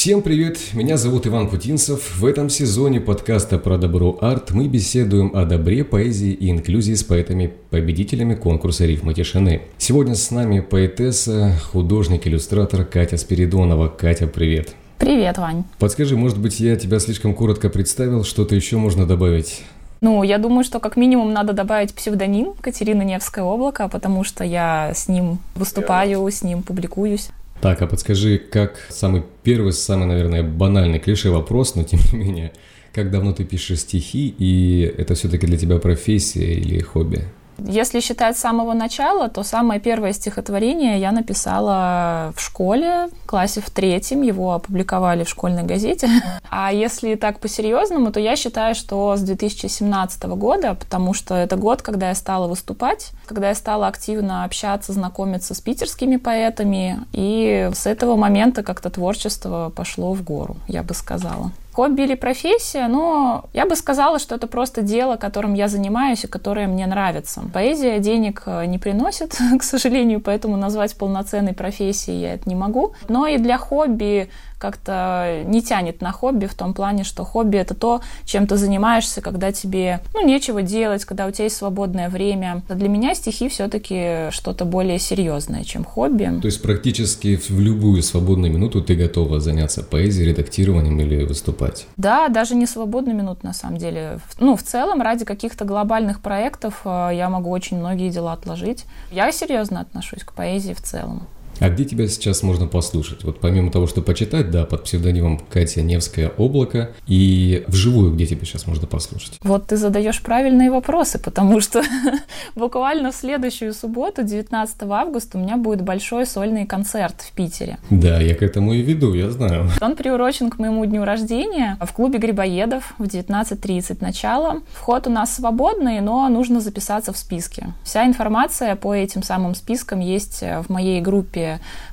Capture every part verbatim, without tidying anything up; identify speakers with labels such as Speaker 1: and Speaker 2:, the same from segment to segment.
Speaker 1: Всем привет, меня зовут Иван Путинцев. В этом сезоне подкаста про добро арт мы беседуем о добре, поэзии и инклюзии с поэтами-победителями конкурса «Рифмы тишины». Сегодня с нами поэтесса, художник-иллюстратор Катя Спиридонова. Катя, привет.
Speaker 2: Привет, Вань.
Speaker 1: Подскажи, может быть, я тебя слишком коротко представил, что-то еще можно добавить?
Speaker 2: Ну, я думаю, что как минимум надо добавить псевдоним Катерина Невское облако, потому что я с ним выступаю, с ним публикуюсь.
Speaker 1: Так, а подскажи, как самый первый, самый, наверное, банальный клише вопрос, но тем не менее, как давно ты пишешь стихи, и это все-таки для тебя профессия или хобби?
Speaker 2: Если считать с самого начала, то самое первое стихотворение я написала в школе, в классе в третьем, его опубликовали в школьной газете. А если так по-серьезному, то я считаю, что с две тысячи семнадцатого года, потому что это год, когда я стала выступать, когда я стала активно общаться, знакомиться с питерскими поэтами, и с этого момента как-то творчество пошло в гору, я бы сказала. Хобби или профессия, но я бы сказала, что это просто дело, которым я занимаюсь и которое мне нравится. Поэзия денег не приносит, к сожалению, поэтому назвать полноценной профессией я это не могу. Но и для хобби как-то не тянет на хобби в том плане, что хобби — это то, чем ты занимаешься, когда тебе, ну, нечего делать, когда у тебя есть свободное время. А для меня стихи все-таки что-то более серьезное, чем хобби.
Speaker 1: То есть практически в любую свободную минуту ты готова заняться поэзией, редактированием или выступать?
Speaker 2: Да, даже не свободную минуту, на самом деле. Ну, в целом, ради каких-то глобальных проектов я могу очень многие дела отложить. Я серьезно отношусь к поэзии в целом.
Speaker 1: А где тебя сейчас можно послушать? Вот помимо того, что почитать, да, под псевдонимом Катя Невское облако, и вживую где тебя сейчас можно послушать?
Speaker 2: Вот ты задаешь правильные вопросы, потому что буквально в следующую субботу, девятнадцатого августа, у меня будет большой сольный концерт в Питере.
Speaker 1: Да, я к этому и веду, я знаю.
Speaker 2: Он приурочен к моему дню рождения в клубе Грибоедов в девятнадцать тридцать начало. Вход у нас свободный, но нужно записаться в списке. Вся информация по этим самым спискам есть в моей группе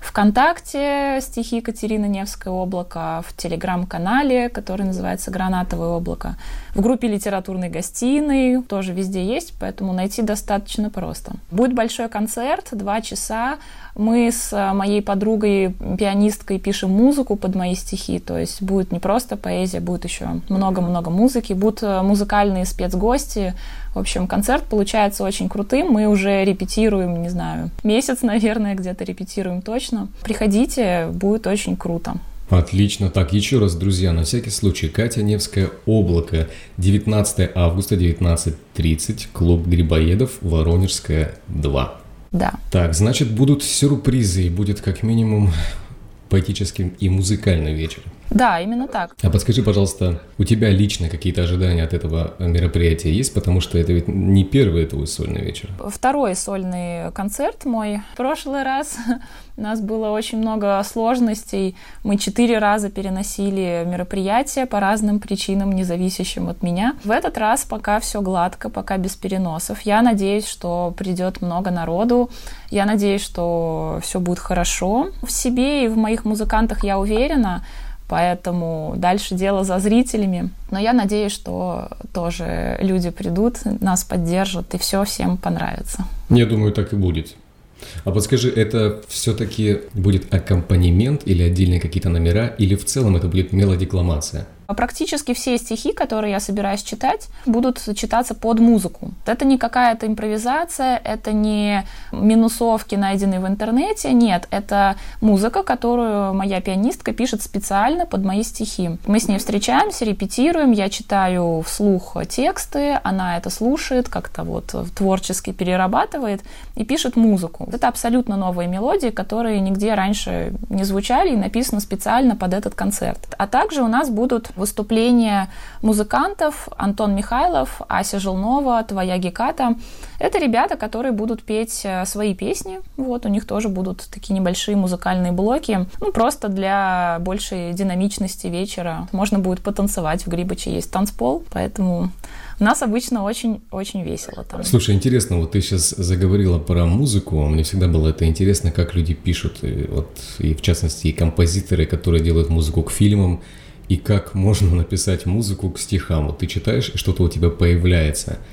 Speaker 2: ВКонтакте «Стихи Катерины Невское облако», в телеграм-канале, который называется «Гранатовое облако», в группе литературной гостиной, тоже везде есть, поэтому найти достаточно просто. Будет большой концерт, два часа. Мы с моей подругой, пианисткой, пишем музыку под мои стихи, то есть будет не просто поэзия, будет еще много-много музыки, будут музыкальные спецгости. В общем, концерт получается очень крутым, мы уже репетируем, не знаю, месяц, наверное, где-то репетируем точно. Приходите, будет очень круто.
Speaker 1: Отлично. Так, еще раз, друзья, на всякий случай, Катя Невское облако, девятнадцатого августа, девятнадцать тридцать, клуб Грибоедов, Воронежская, два.
Speaker 2: Да.
Speaker 1: Так, значит, будут сюрпризы, и будет как минимум поэтический и музыкальный вечер.
Speaker 2: Да, именно так.
Speaker 1: А подскажи, пожалуйста, у тебя лично какие-то ожидания от этого мероприятия есть? Потому что это ведь не первый твой сольный вечер.
Speaker 2: Второй сольный концерт мой. В прошлый раз у нас было очень много сложностей. Мы четыре раза переносили мероприятия по разным причинам, не зависящим от меня. В этот раз пока все гладко, пока без переносов. Я надеюсь, что придет много народу. Я надеюсь, что все будет хорошо. В себе и в моих музыкантах я уверена. Поэтому дальше дело за зрителями. Но я надеюсь, что тоже люди придут, нас поддержат, и все всем понравится.
Speaker 1: Я думаю, так и будет. А подскажи, это все-таки будет аккомпанемент или отдельные какие-то номера, или в целом это будет мелодикламация?
Speaker 2: Практически все стихи, которые я собираюсь читать, будут читаться под музыку. Это не какая-то импровизация, это не минусовки, найденные в интернете. Нет, это музыка, которую моя пианистка пишет специально под мои стихи. Мы с ней встречаемся, репетируем, я читаю вслух тексты, она это слушает, как-то вот творчески перерабатывает и пишет музыку. Это абсолютно новые мелодии, которые нигде раньше не звучали и написаны специально под этот концерт. А также у нас будут выступления музыкантов: Антон Михайлов, Ася Желнова, Твоя Геката. Это ребята, которые будут петь свои песни. Вот, у них тоже будут такие небольшие музыкальные блоки. Ну, просто для большей динамичности вечера. Можно будет потанцевать. В Грибоче есть танцпол, поэтому у нас обычно очень-очень весело там.
Speaker 1: Слушай, интересно, вот ты сейчас заговорила про музыку. Мне всегда было это интересно, как люди пишут. И, вот, и в частности, и композиторы, которые делают музыку к фильмам. И как можно написать музыку к стихам. Вот ты читаешь, и что-то у тебя появляется.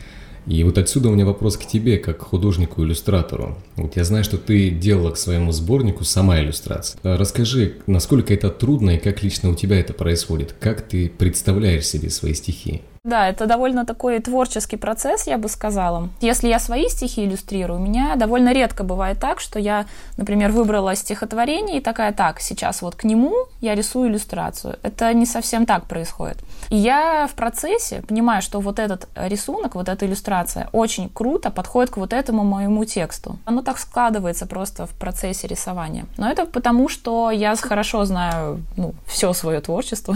Speaker 1: И вот отсюда у меня вопрос к тебе, как художнику-иллюстратору. Вот я знаю, что ты делала к своему сборнику сама иллюстрации. Расскажи, насколько это трудно и как лично у тебя это происходит? Как ты представляешь себе свои стихи?
Speaker 2: Да, это довольно такой творческий процесс, я бы сказала. Если я свои стихи иллюстрирую, у меня довольно редко бывает так, что я, например, выбрала стихотворение и такая, так, сейчас вот к нему я рисую иллюстрацию. Это не совсем так происходит. И я в процессе понимаю, что вот этот рисунок, вот эта иллюстрация очень круто подходит к вот этому моему тексту. Оно так складывается просто в процессе рисования. Но это потому, что я хорошо знаю, ну, все свое творчество.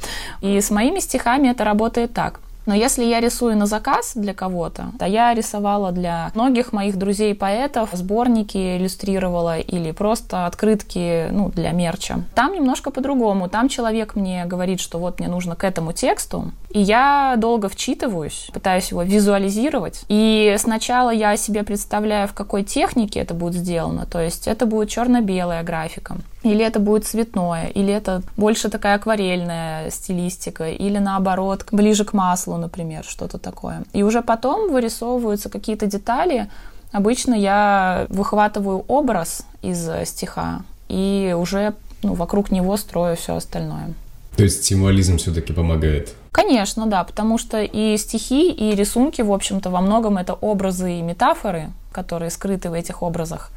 Speaker 2: И с моими стихами это работает так. Но если я рисую на заказ для кого-то, то я рисовала для многих моих друзей-поэтов, сборники иллюстрировала или просто открытки, ну, для мерча. Там немножко по-другому. Там человек мне говорит, что вот мне нужно к этому тексту, и я долго вчитываюсь, пытаюсь его визуализировать. И сначала я себе представляю, в какой технике это будет сделано. То есть это будет черно-белая графика, или это будет цветное, или это больше такая акварельная стилистика, или наоборот, ближе к маслу, например, что-то такое. И уже потом вырисовываются какие-то детали. Обычно я выхватываю образ из стиха и уже, ну, вокруг него строю все остальное.
Speaker 1: То есть символизм все-таки помогает?
Speaker 2: Конечно, да, потому что и стихи, и рисунки, в общем-то, во многом это образы и метафоры, которые скрыты в этих образах.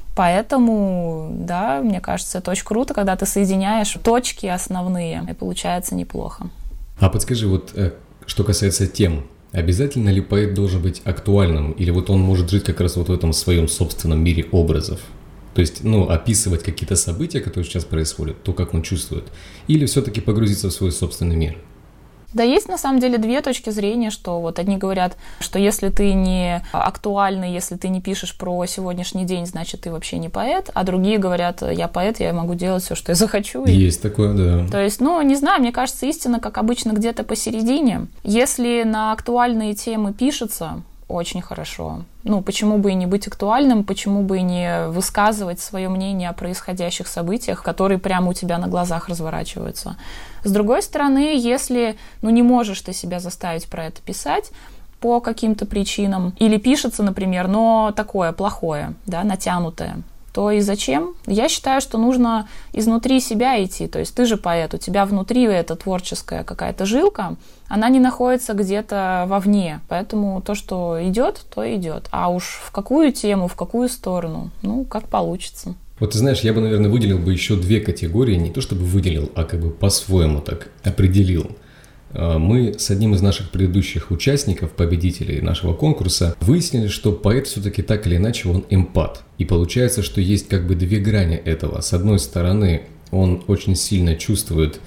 Speaker 2: Поэтому, да, мне кажется, это очень круто, когда ты соединяешь точки основные, и получается неплохо.
Speaker 1: А подскажи, вот что касается тем, обязательно ли поэт должен быть актуальным, или вот он может жить как раз вот в этом своем собственном мире образов? То есть, ну, описывать какие-то события, которые сейчас происходят, то, как он чувствует, или все-таки погрузиться в свой собственный мир?
Speaker 2: Да, есть на самом деле две точки зрения, что вот одни говорят, что если ты не актуальный, если ты не пишешь про сегодняшний день, значит, ты вообще не поэт, а другие говорят, я поэт, я могу делать все, что я захочу.
Speaker 1: Есть такое, да.
Speaker 2: То есть, ну, не знаю, мне кажется, истина, как обычно, где-то посередине. Если на актуальные темы пишется, очень хорошо. Ну, почему бы и не быть актуальным, почему бы и не высказывать свое мнение о происходящих событиях, которые прямо у тебя на глазах разворачиваются. С другой стороны, если, ну, не можешь ты себя заставить про это писать по каким-то причинам, или пишется, например, но такое плохое, да, натянутое, то и зачем? Я считаю, что нужно изнутри себя идти. То есть ты же поэт, у тебя внутри эта творческая какая-то жилка, она не находится где-то вовне. Поэтому то, что идет, то идет. А уж в какую тему, в какую сторону, ну, как получится.
Speaker 1: Вот ты знаешь, я бы, наверное, выделил бы еще две категории, не то чтобы выделил, а как бы по-своему так определил. Мы с одним из наших предыдущих участников, победителей нашего конкурса, выяснили, что поэт все-таки так или иначе он эмпат. И получается, что есть как бы две грани этого. С одной стороны, он очень сильно чувствует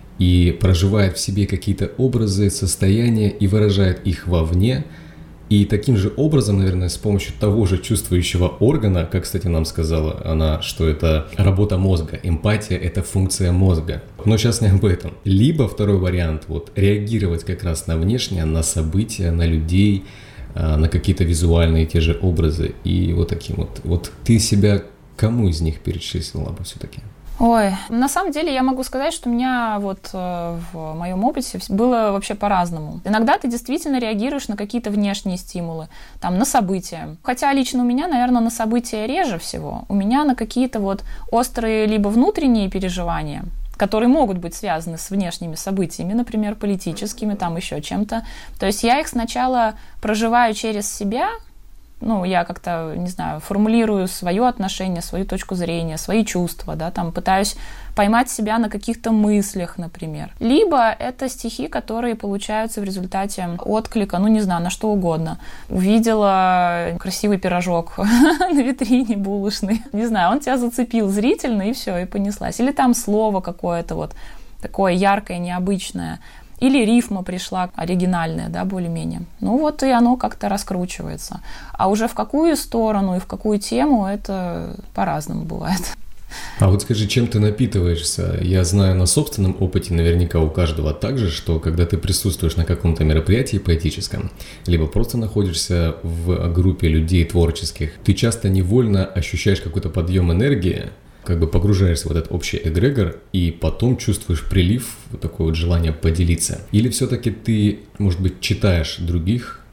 Speaker 1: и проживает в себе какие-то образы, состояния и выражает их вовне. И таким же образом, наверное, с помощью того же чувствующего органа, как, кстати, нам сказала она, что это работа мозга, эмпатия – это функция мозга. Но сейчас не об этом. Либо второй вариант, вот, реагировать как раз на внешнее, на события, на людей, на какие-то визуальные те же образы. И вот таким вот. Вот ты себя кому из них перечислила бы все-таки?
Speaker 2: Ой, на самом деле я могу сказать, что у меня вот э, в моем опыте было вообще по-разному. Иногда ты действительно реагируешь на какие-то внешние стимулы, там, на события. Хотя лично у меня, наверное, на события реже всего. У меня на какие-то вот острые либо внутренние переживания, которые могут быть связаны с внешними событиями, например, политическими, там еще чем-то. То есть я их сначала проживаю через себя. Ну, я как-то, не знаю, формулирую свое отношение, свою точку зрения, свои чувства, да, там пытаюсь поймать себя на каких-то мыслях, например. Либо это стихи, которые получаются в результате отклика, ну, не знаю, на что угодно. Увидела красивый пирожок на витрине булочной, не знаю, он тебя зацепил зрительно, и все, и понеслась. Или там слово какое-то вот такое яркое, необычное. Или рифма пришла оригинальная, да, более-менее. Ну вот и оно как-то раскручивается. А уже в какую сторону и в какую тему, это по-разному бывает.
Speaker 1: А вот скажи, чем ты напитываешься? Я знаю на собственном опыте, наверняка у каждого так же, что когда ты присутствуешь на каком-то мероприятии поэтическом, либо просто находишься в группе людей творческих, ты часто невольно ощущаешь какой-то подъем энергии, как бы погружаешься в этот общий эгрегор, и потом чувствуешь прилив, вот такое вот желание поделиться. Или все-таки ты, может быть, читаешь других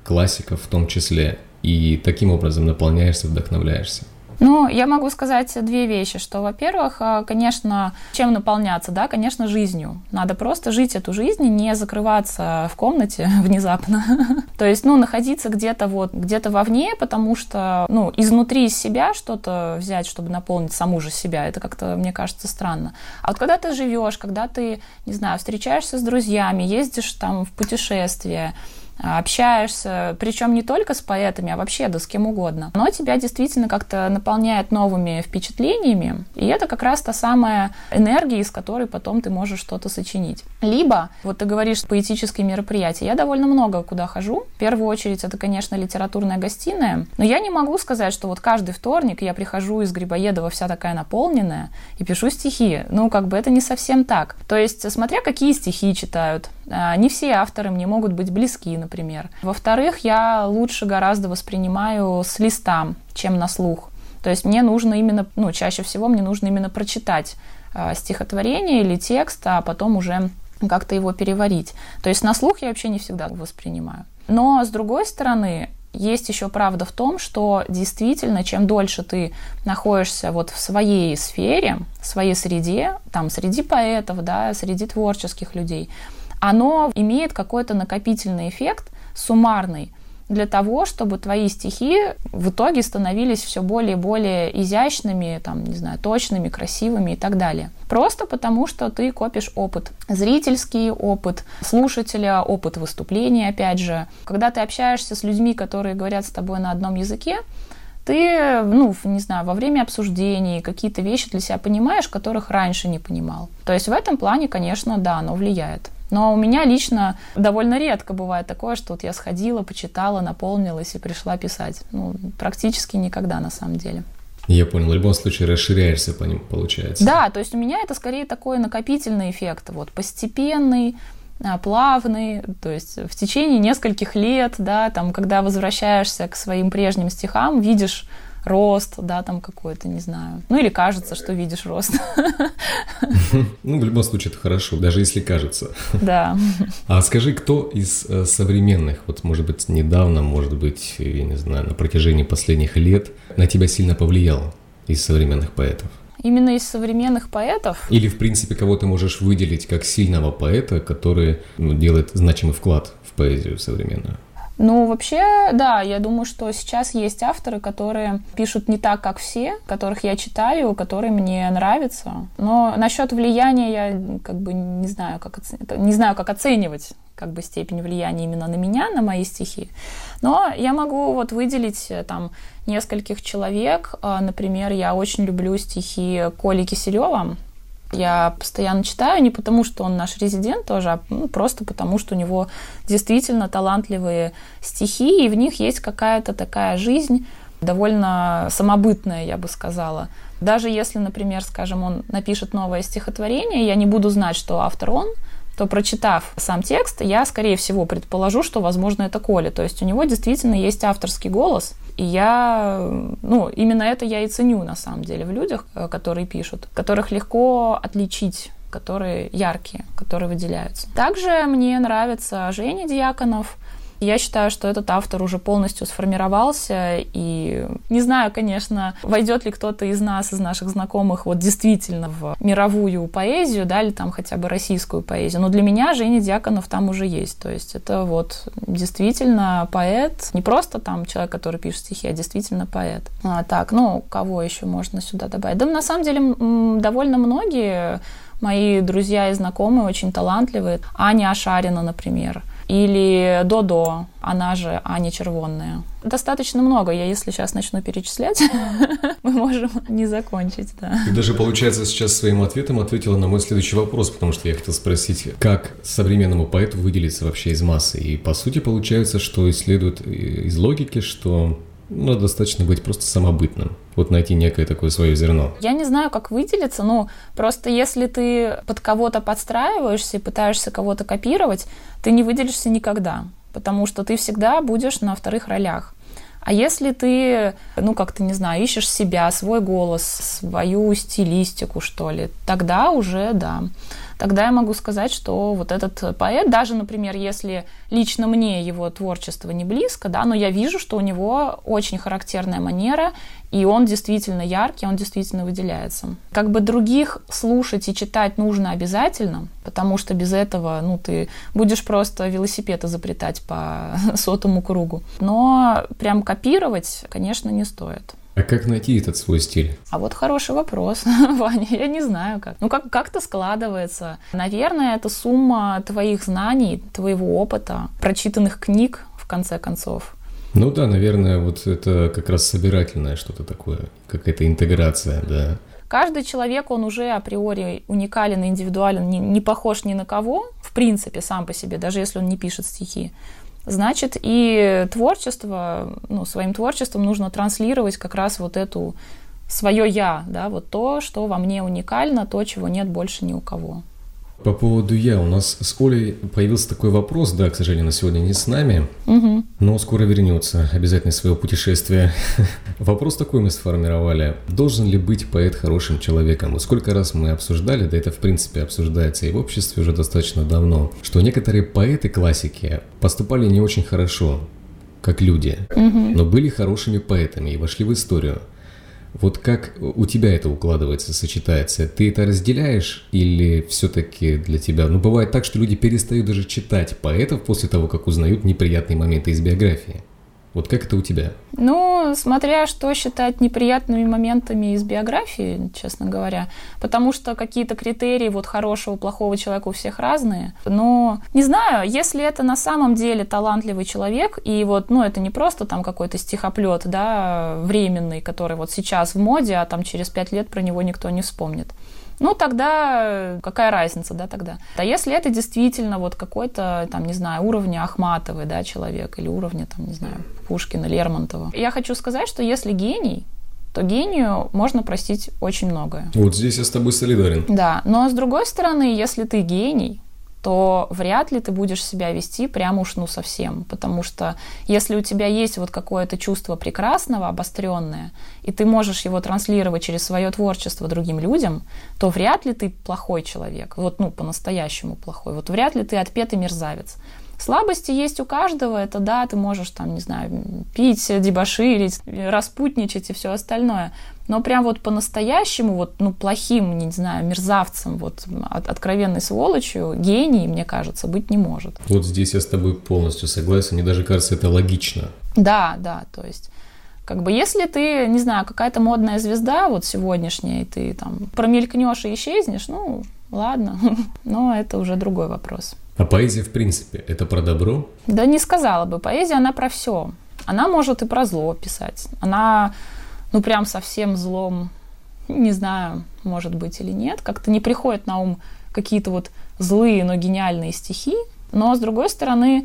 Speaker 1: классиков в том числе, и таким образом наполняешься, вдохновляешься?
Speaker 2: Ну, я могу сказать две вещи, что, во-первых, конечно, чем наполняться, да, конечно, жизнью. Надо просто жить эту жизнь, не закрываться в комнате внезапно. То есть, ну, находиться где-то вот, где-то вовне, потому что, ну, изнутри из себя что-то взять, чтобы наполнить саму же себя, это как-то, мне кажется, странно. А вот когда ты живешь, когда ты, не знаю, встречаешься с друзьями, ездишь там в путешествия, общаешься, причем не только с поэтами, а вообще да с кем угодно. Но тебя действительно как-то наполняет новыми впечатлениями, и это как раз та самая энергия, из которой потом ты можешь что-то сочинить. Либо, вот ты говоришь, поэтические мероприятия. Я довольно много куда хожу. В первую очередь, это, конечно, литературная гостиная, но я не могу сказать, что вот каждый вторник я прихожу из Грибоедова вся такая наполненная и пишу стихи. Ну, как бы это не совсем так. То есть, смотря какие стихи читают. Не все авторы мне могут быть близки, например. Во-вторых, я лучше гораздо воспринимаю с листа, чем на слух. То есть мне нужно именно, ну, чаще всего мне нужно именно прочитать э, стихотворение или текст, а потом уже как-то его переварить. То есть на слух я вообще не всегда воспринимаю. Но, с другой стороны, есть еще правда в том, что действительно, чем дольше ты находишься вот в своей сфере, в своей среде, там, среди поэтов, да, среди творческих людей, оно имеет какой-то накопительный эффект, суммарный, для того, чтобы твои стихи в итоге становились все более и более изящными, там, не знаю, точными, красивыми и так далее. Просто потому, что ты копишь опыт. Зрительский опыт, слушателя, опыт выступления, опять же. Когда ты общаешься с людьми, которые говорят с тобой на одном языке, ты, ну, не знаю, во время обсуждений какие-то вещи для себя понимаешь, которых раньше не понимал. То есть в этом плане, конечно, да, оно влияет. Но у меня лично довольно редко бывает такое, что вот я сходила, почитала, наполнилась и пришла писать. Ну, практически никогда, на самом деле.
Speaker 1: Я понял. В любом случае расширяешься по ним, получается.
Speaker 2: Да, то есть у меня это скорее такой накопительный эффект, вот, постепенный, плавный, то есть в течение нескольких лет, да, там, когда возвращаешься к своим прежним стихам, видишь рост, да, там какой-то, не знаю. Ну, или кажется, что видишь рост.
Speaker 1: Ну, в любом случае, это хорошо, даже если кажется.
Speaker 2: Да.
Speaker 1: А скажи, кто из э, современных, вот, может быть, недавно, может быть, я не знаю, на протяжении последних лет на тебя сильно повлиял из современных поэтов?
Speaker 2: Именно из современных поэтов?
Speaker 1: Или, в принципе, кого ты можешь выделить как сильного поэта, который, ну, делает значимый вклад в поэзию современную?
Speaker 2: Ну, вообще, да, я думаю, что сейчас есть авторы, которые пишут не так, как все, которых я читаю, которые мне нравятся. Но насчет влияния я как бы не знаю, как, оце... не знаю, как оценивать как бы степень влияния именно на меня, на мои стихи. Но я могу вот выделить там нескольких человек. Например, я очень люблю стихи Коли Киселева. Я постоянно читаю не потому, что он наш резидент тоже, а ну, просто потому, что у него действительно талантливые стихи, и в них есть какая-то такая жизнь, довольно самобытная, я бы сказала. Даже если, например, скажем, он напишет новое стихотворение, я не буду знать, что автор он, то, прочитав сам текст, я, скорее всего, предположу, что, возможно, это Коля. То есть у него действительно есть авторский голос, и я, ну, именно это я и ценю, на самом деле, в людях, которые пишут, которых легко отличить, которые яркие, которые выделяются. Также мне нравится Женя Дьяконов. Я считаю, что этот автор уже полностью сформировался, и не знаю, конечно, войдет ли кто-то из нас, из наших знакомых, вот действительно в мировую поэзию, да, или там хотя бы российскую поэзию, но для меня Женя Дьяконов там уже есть, то есть это вот действительно поэт, не просто там человек, который пишет стихи, а действительно поэт. А, так, ну, кого еще можно сюда добавить? Да, на самом деле, м- довольно многие мои друзья и знакомые очень талантливые. Аня Ашарина, например. Или Додо, она же Аня Червонная. Достаточно много. Я, если сейчас начну перечислять, мы можем не закончить, да.
Speaker 1: Ты даже, получается, сейчас своим ответом ответила на мой следующий вопрос, потому что я хотел спросить, как современному поэту выделиться вообще из массы. И, по сути, получается, что исследует из логики, что ну, достаточно быть просто самобытным. Вот найти некое такое свое зерно.
Speaker 2: Я не знаю, как выделиться, но просто если ты под кого-то подстраиваешься и пытаешься кого-то копировать, ты не выделишься никогда, потому что ты всегда будешь на вторых ролях. А если ты, ну, как-то, не знаю, ищешь себя, свой голос, свою стилистику, что ли, тогда уже, да. Тогда я могу сказать, что вот этот поэт, даже, например, если лично мне его творчество не близко, да, но я вижу, что у него очень характерная манера, и он действительно яркий, он действительно выделяется. Как бы других слушать и читать нужно обязательно, потому что без этого, ну, ты будешь просто велосипед изобретать по сотому кругу. Но прям копировать, конечно, не стоит.
Speaker 1: А как найти этот свой стиль?
Speaker 2: А вот хороший вопрос, Ваня, я не знаю как. Ну, как- как-то складывается. Наверное, это сумма твоих знаний, твоего опыта, прочитанных книг, в конце концов.
Speaker 1: Ну да, наверное, вот это как раз собирательное что-то такое, какая-то интеграция, да.
Speaker 2: Каждый человек, он уже априори уникален и индивидуален, не, не похож ни на кого, в принципе, сам по себе, даже если он не пишет стихи. Значит, и творчество, ну, своим творчеством нужно транслировать как раз вот эту свое «я», да, вот то, что во мне уникально, то, чего нет больше ни у кого.
Speaker 1: По поводу «я», у нас с Олей появился такой вопрос, да, к сожалению, на сегодня не с нами,
Speaker 2: Угу.
Speaker 1: но скоро вернется обязательно из своего путешествия. Вопрос такой мы сформировали. Должен ли быть поэт хорошим человеком? Вот сколько раз мы обсуждали, да это в принципе обсуждается и в обществе уже достаточно давно, что некоторые поэты-классики поступали не очень хорошо, как люди, но были хорошими поэтами и вошли в историю. Вот как у тебя это укладывается, сочетается? Ты это разделяешь или все-таки для тебя... Ну, бывает так, что люди перестают даже читать поэтов после того, как узнают неприятные моменты из биографии. Вот как это у тебя?
Speaker 2: Ну, смотря что считать неприятными моментами из биографии, честно говоря. Потому что какие-то критерии вот хорошего, плохого человека у всех разные. Но, не знаю, если это на самом деле талантливый человек, и вот, ну, это не просто там какой-то стихоплет, да, временный, который вот сейчас в моде, а там через пять лет про него никто не вспомнит. Ну, тогда какая разница, да, тогда? А если это действительно вот какой-то, там, не знаю, уровня Ахматовой, да, человек, или уровня, там, не знаю, Пушкина, Лермонтова. Я хочу сказать, что если гений, то гению можно простить очень многое.
Speaker 1: Вот здесь я с тобой солидарен.
Speaker 2: Да, но с другой стороны, если ты гений, то вряд ли ты будешь себя вести прям уж ну совсем. Потому что если у тебя есть вот какое-то чувство прекрасного, обостренное, и ты можешь его транслировать через свое творчество другим людям, то вряд ли ты плохой человек. Вот, ну, по-настоящему плохой. Вот вряд ли ты отпетый мерзавец. Слабости есть у каждого, это да, ты можешь там, не знаю, пить, дебоширить, распутничать и все остальное. Но прям вот по-настоящему, вот, ну, плохим, не знаю, мерзавцем, вот, от, откровенной сволочью, гений, мне кажется, быть не может.
Speaker 1: Вот здесь я с тобой полностью согласен, мне даже кажется, это логично.
Speaker 2: Да, да, то есть, как бы, если ты, не знаю, какая-то модная звезда, вот сегодняшняя, и ты там промелькнешь и исчезнешь, ну, ладно, но это уже другой вопрос.
Speaker 1: А поэзия, в принципе, это про добро?
Speaker 2: Да не сказала бы. Поэзия, она про все. Она может и про зло писать. Она, ну, прям совсем злом, не знаю, может быть или нет. Как-то не приходят на ум какие-то вот злые, но гениальные стихи. Но, с другой стороны,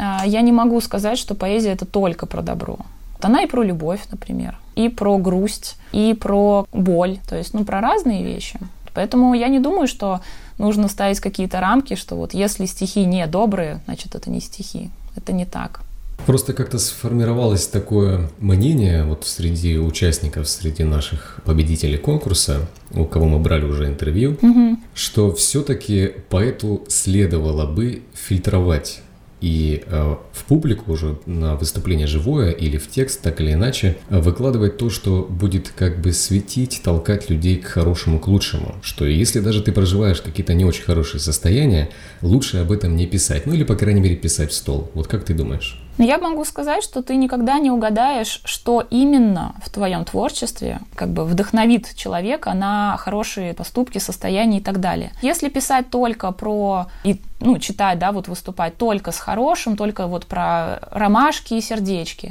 Speaker 2: я не могу сказать, что поэзия — это только про добро. Она и про любовь, например, и про грусть, и про боль. То есть, ну, про разные вещи. Поэтому я не думаю, что нужно ставить какие-то рамки, что вот если стихи не добрые, значит, это не стихи. Это не так.
Speaker 1: Просто как-то сформировалось такое мнение вот среди участников, среди наших победителей конкурса, у кого мы брали уже интервью, угу. что все-таки поэту следовало бы фильтровать и э, в публику уже на выступление живое или в текст, так или иначе, выкладывать то, что будет как бы светить, толкать людей к хорошему, к лучшему. Что если даже ты проживаешь какие-то не очень хорошие состояния, лучше об этом не писать. Ну или, по крайней мере, писать в стол. Вот как ты думаешь?
Speaker 2: Но я могу сказать, что ты никогда не угадаешь, что именно в твоем творчестве как бы вдохновит человека на хорошие поступки, состояния и так далее. Если писать только про, и, ну, читать, да, вот выступать только с хорошим, только вот про ромашки и сердечки,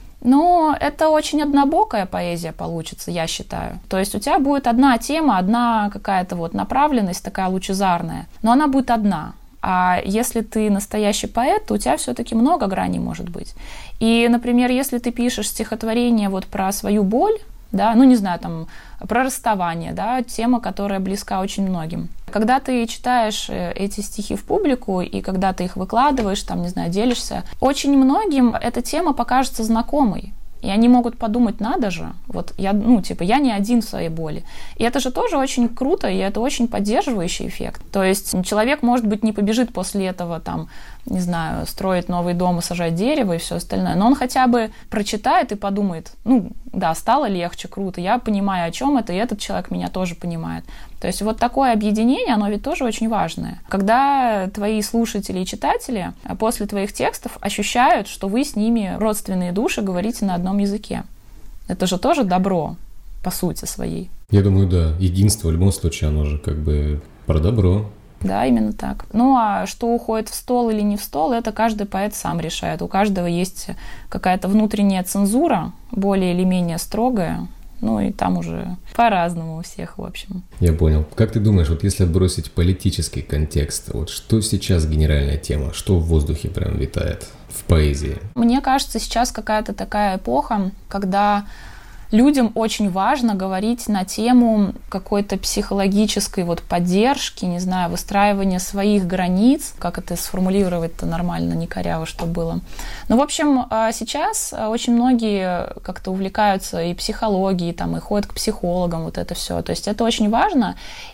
Speaker 2: ну, это очень однобокая поэзия получится, я считаю. То есть у тебя будет одна тема, одна какая-то вот направленность такая лучезарная, но она будет одна. А если ты настоящий поэт, то у тебя все-таки много граней может быть. И, например, если ты пишешь стихотворение вот про свою боль, да, ну, не знаю, там, про расставание, да, тема, которая близка очень многим, Когда ты читаешь эти стихи в публику, и когда ты их выкладываешь, там, не знаю, делишься, очень многим эта тема покажется знакомой. И они могут подумать, надо же, вот я, ну, типа, я не один в своей боли. И это же тоже очень круто, и это очень поддерживающий эффект. То есть человек, может быть, не побежит после этого, там, не знаю, строить новый дом и сажать дерево и все остальное, но он хотя бы прочитает и подумает, ну, да, стало легче, круто, я понимаю, о чем это, и этот человек меня тоже понимает. То есть вот такое объединение, оно ведь тоже очень важное. Когда твои слушатели и читатели после твоих текстов ощущают, что вы с ними родственные души, говорите на одном языке. Это же тоже добро, по сути своей.
Speaker 1: Я думаю, да. Единство в любом случае, оно же как бы про добро.
Speaker 2: Да, именно так. Ну, а что уходит в стол или не в стол, это каждый поэт сам решает. У каждого есть какая-то внутренняя цензура, более или менее строгая. Ну, и там уже по-разному у всех, в общем.
Speaker 1: Я понял. Как ты думаешь, вот если отбросить политический контекст, вот что сейчас генеральная тема? Что в воздухе прям витает в поэзии?
Speaker 2: Мне кажется, сейчас какая-то такая эпоха, когда людям очень важно говорить на тему какой-то психологической вот поддержки, не знаю, выстраивания своих границ, как это сформулировать-то нормально, не коряво, что было. Ну, в общем, сейчас очень многие как-то увлекаются и психологией, там, и ходят к психологам, вот это все. То есть это очень важно.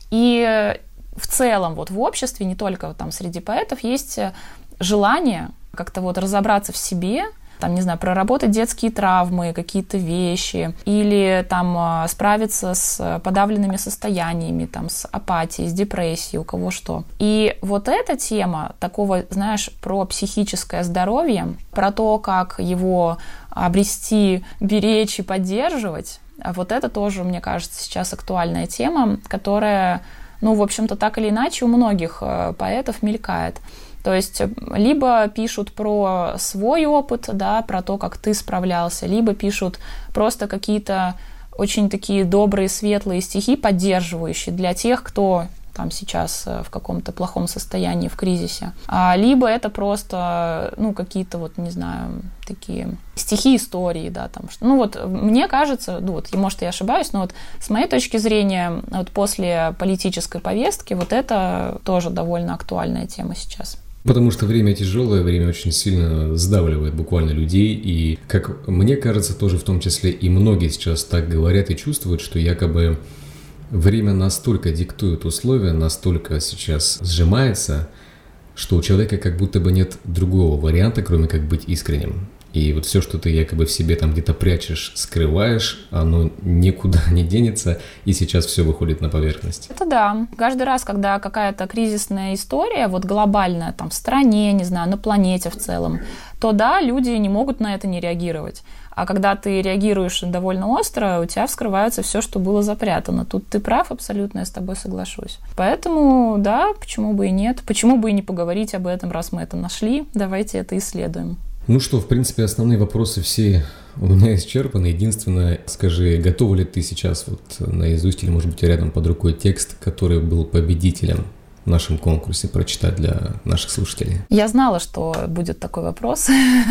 Speaker 2: И в целом вот в обществе, не только там среди поэтов, есть желание как-то вот разобраться в себе, там, не знаю, проработать детские травмы, какие-то вещи, или там справиться с подавленными состояниями, там, с апатией, с депрессией, у кого что. И вот эта тема такого, знаешь, про психическое здоровье, про то, как его обрести, беречь и поддерживать, вот это тоже, мне кажется, сейчас актуальная тема, которая, ну, в общем-то, так или иначе у многих поэтов мелькает. То есть либо пишут про свой опыт, да, про то, как ты справлялся, либо пишут просто какие-то очень такие добрые, светлые стихи, поддерживающие для тех, кто там сейчас в каком-то плохом состоянии, в кризисе. А, либо это просто, ну, какие-то вот, не знаю, такие стихи истории, да, там. Ну, вот мне кажется, ну, вот, может, я ошибаюсь, но вот с моей точки зрения, вот после политической повестки, вот это тоже довольно актуальная тема сейчас.
Speaker 1: Потому что время тяжелое, время очень сильно сдавливает буквально людей, и, как мне кажется, тоже в том числе и многие сейчас так говорят и чувствуют, что якобы время настолько диктует условия, настолько сейчас сжимается, что у человека как будто бы нет другого варианта, кроме как быть искренним. И вот все, что ты якобы в себе там где-то прячешь, скрываешь, оно никуда не денется, и сейчас все выходит на поверхность.
Speaker 2: Это да. Каждый раз, когда какая-то кризисная история, вот глобальная, там, в стране, не знаю, на планете в целом, то да, люди не могут на это не реагировать. А когда ты реагируешь довольно остро, у тебя вскрывается все, что было запрятано. Тут ты прав абсолютно, я с тобой соглашусь. Поэтому, да, почему бы и нет? Почему бы и не поговорить об этом, раз мы это нашли? Давайте это исследуем.
Speaker 1: Ну что, в принципе, основные вопросы все у меня исчерпаны. Единственное, скажи, готова ли ты сейчас вот наизусть или, может быть, рядом под рукой текст, который был победителем в нашем конкурсе, прочитать для наших слушателей?
Speaker 2: Я знала, что будет такой вопрос.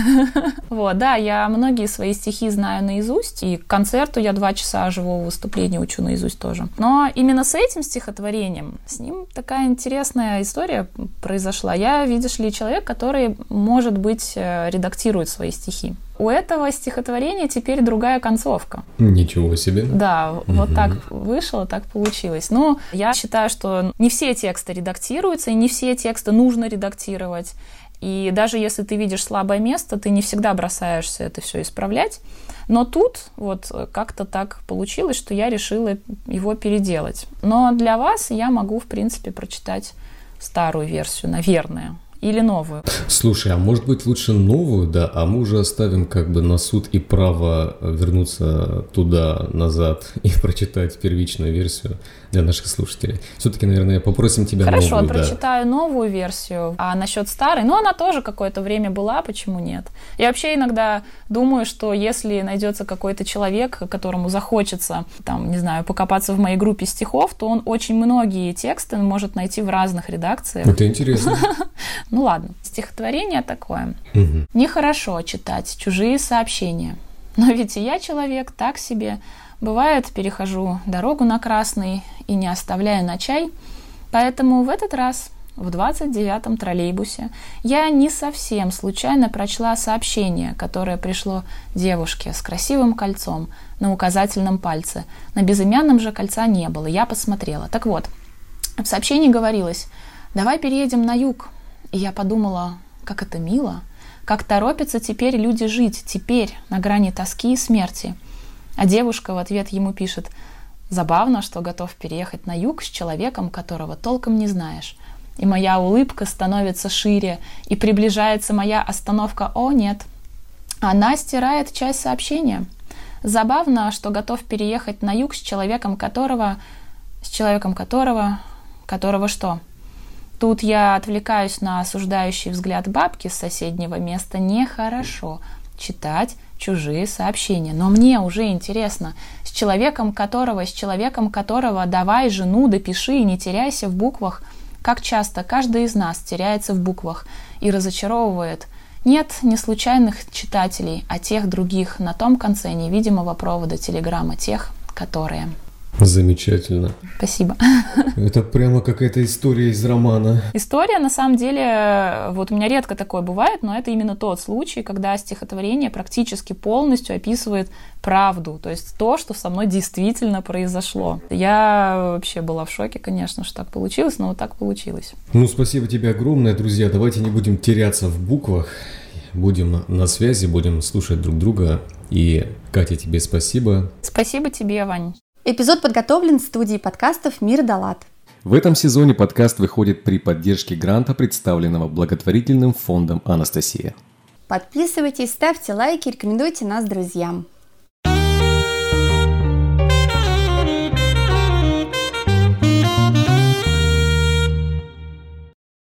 Speaker 2: Вот, да, я многие свои стихи знаю наизусть, и к концерту я два часа живого выступления учу наизусть тоже. Но именно с этим стихотворением, с ним такая интересная история произошла. Я, видишь ли, человек, который, может быть, редактирует свои стихи. У этого стихотворения теперь другая концовка.
Speaker 1: Ничего себе.
Speaker 2: Да,
Speaker 1: угу.
Speaker 2: Вот так вышло, так получилось. Но я считаю, что не все тексты редактируются, и не все тексты нужно редактировать. И даже если ты видишь слабое место, ты не всегда бросаешься это все исправлять. Но тут вот как-то так получилось, что я решила его переделать. Но для вас я могу, в принципе, прочитать старую версию, наверное. Или новую.
Speaker 1: Слушай, а может быть лучше новую, да, а мы уже оставим как бы на суд и право вернуться туда, назад и прочитать первичную версию для наших слушателей. Все-таки, наверное, попросим тебя
Speaker 2: Хорошо,
Speaker 1: новую.
Speaker 2: Хорошо, прочитаю да. новую версию. А насчет старой, ну, она тоже какое-то время была, почему нет? Я вообще иногда думаю, что если найдется какой-то человек, которому захочется, там, не знаю, покопаться в моей группе стихов, то он очень многие тексты может найти в разных редакциях.
Speaker 1: Это интересно.
Speaker 2: Ну ладно, стихотворение такое.
Speaker 1: Угу.
Speaker 2: Нехорошо читать чужие сообщения. Но ведь и я человек так себе. Бывает, перехожу дорогу на красный и, не оставляя на чай, Поэтому в этот раз, в двадцать девятом троллейбусе, я не совсем случайно прочла сообщение, которое пришло девушке с красивым кольцом на указательном пальце. На безымянном же кольца не было, я посмотрела. Так вот, в сообщении говорилось: «Давай переедем на юг». И я подумала, как это мило, как торопятся теперь люди жить, теперь на грани тоски и смерти. А девушка в ответ ему пишет: «Забавно, что готов переехать на юг с человеком, которого толком не знаешь». И моя улыбка становится шире, и приближается моя остановка. О, нет. Она стирает часть сообщения. Забавно, что готов переехать на юг с человеком, которого... С человеком которого... Которого что? Тут я отвлекаюсь на осуждающий взгляд бабки с соседнего места. Нехорошо читать чужие сообщения. Но мне уже интересно. С человеком которого, с человеком которого давай жену допиши и не теряйся в буквах. Как часто каждый из нас теряется в буквах и разочаровывает. Нет не случайных читателей, а тех других на том конце невидимого провода телеграмма, тех, которые...
Speaker 1: Замечательно.
Speaker 2: Спасибо.
Speaker 1: Это прямо какая-то история из романа.
Speaker 2: История, на самом деле, вот у меня редко такое бывает, но это именно тот случай, когда стихотворение практически полностью описывает правду, то есть то, что со мной действительно произошло. Я вообще была в шоке, конечно, что так получилось, но вот так получилось.
Speaker 1: Ну, спасибо тебе огромное, друзья. Давайте не будем теряться в буквах, будем на связи, будем слушать друг друга. И, Катя, тебе спасибо.
Speaker 2: Спасибо тебе, Вань.
Speaker 3: Эпизод подготовлен в студии подкастов «Мир Далат».
Speaker 1: В этом сезоне подкаст выходит при поддержке гранта, представленного благотворительным фондом «Анастасия».
Speaker 3: Подписывайтесь, ставьте лайки, рекомендуйте нас друзьям.